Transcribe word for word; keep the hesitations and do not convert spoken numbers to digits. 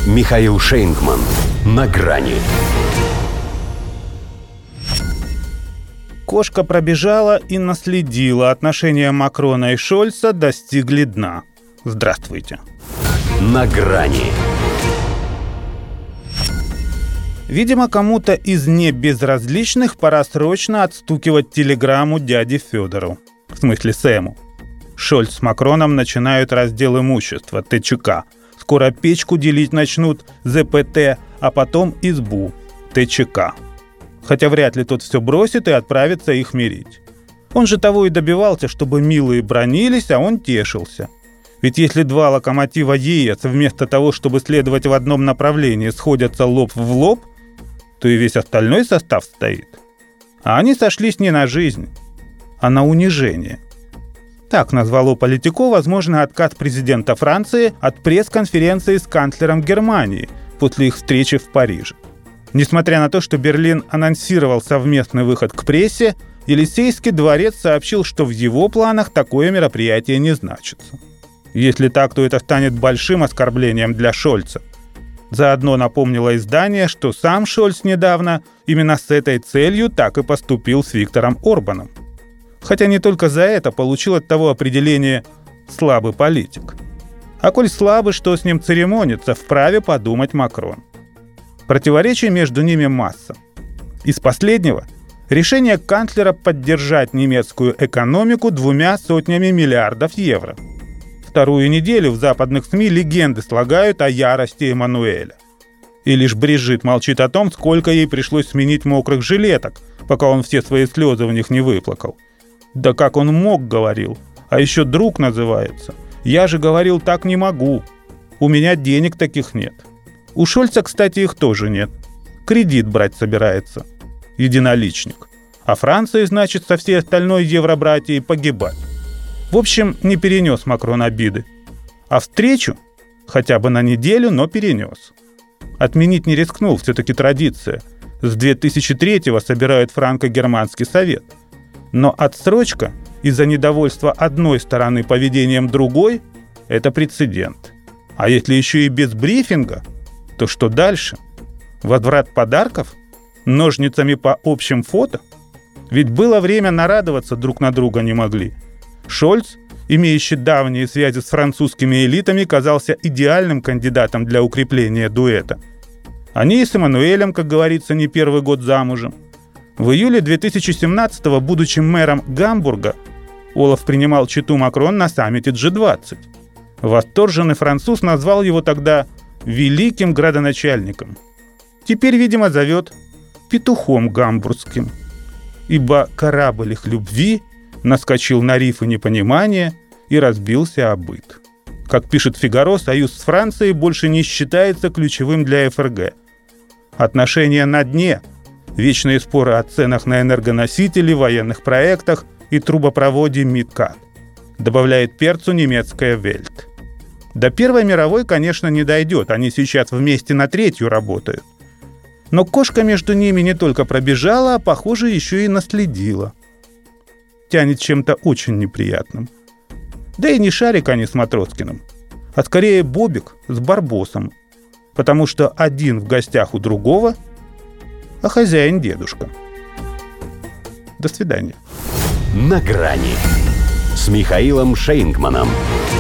Михаил Шейнгман. На грани. Кошка пробежала и наследила. Отношения Макрона и Шольца достигли дна. Здравствуйте. На грани. Видимо, кому-то из небезразличных пора срочно отстукивать телеграмму дяде Федору. В смысле Сэму. Шольц с Макроном начинают раздел имущества, ТЧК. Скоро печку делить начнут, ЗПТ, а потом избу, ТЧК. Хотя вряд ли тот все бросит и отправится их мирить. Он же того и добивался, чтобы милые бранились, а он тешился. Ведь если два локомотива ЕС вместо того, чтобы следовать в одном направлении, сходятся лоб в лоб, то и весь остальной состав стоит. А они сошлись не на жизнь, а на унижение. Так назвало Политико возможный отказ президента Франции от пресс-конференции с канцлером Германии после их встречи в Париже. Несмотря на то, что Берлин анонсировал совместный выход к прессе, Елисейский дворец сообщил, что в его планах такое мероприятие не значится. Если так, то это станет большим оскорблением для Шольца. Заодно напомнило издание, что сам Шольц недавно именно с этой целью так и поступил с Виктором Орбаном. Хотя не только за это получил от того определение «слабый политик». А коль слабый, что с ним церемониться, вправе подумать Макрон. Противоречий между ними масса. Из последнего – решение канцлера поддержать немецкую экономику двумя сотнями миллиардов евро. Вторую неделю в западных СМИ легенды слагают о ярости Эммануэля. И лишь Брижит молчит о том, сколько ей пришлось сменить мокрых жилеток, пока он все свои слезы в них не выплакал. Да как он мог, говорил. А еще друг называется. Я же говорил, так не могу. У меня денег таких нет. У Шольца, кстати, их тоже нет. Кредит брать собирается. Единоличник. А Франции, значит, со всей остальной евробратьей погибать. В общем, не перенес Макрон обиды. А встречу, хотя бы на неделю, но перенес. Отменить не рискнул, все-таки традиция. С две тысячи третьего собирают франко-германский совет. Но отсрочка из-за недовольства одной стороны поведением другой – это прецедент. А если еще и без брифинга, то что дальше? Возврат подарков? Ножницами по общим фото? Ведь было время нарадоваться друг на друга не могли. Шольц, имеющий давние связи с французскими элитами, казался идеальным кандидатом для укрепления дуэта. Они и с Эммануэлем, как говорится, не первый год замужем. В июле две тысячи семнадцатого, будучи мэром Гамбурга, Олаф принимал чету Макрон на саммите джи двадцать. Восторженный француз назвал его тогда «великим градоначальником». Теперь, видимо, зовет «петухом гамбургским». Ибо корабль их любви наскочил на рифы непонимания и разбился о быт. Как пишет «Фигаро», союз с Францией больше не считается ключевым для эф эр гэ. Отношения на дне, вечные споры о ценах на энергоносители, военных проектах и трубопроводе МИДКАТ, добавляет перцу немецкая «Вельт». До Первой мировой, конечно, не дойдет, они сейчас вместе на третью работают. Но кошка между ними не только пробежала, а, похоже, еще и наследила. Тянет чем-то очень неприятным. Да и не Шарик они с Матроскиным, а скорее Бобик с Барбосом, потому что один в гостях у другого, а хозяин дедушка. До свидания. На грани с Михаилом Шейнгманом.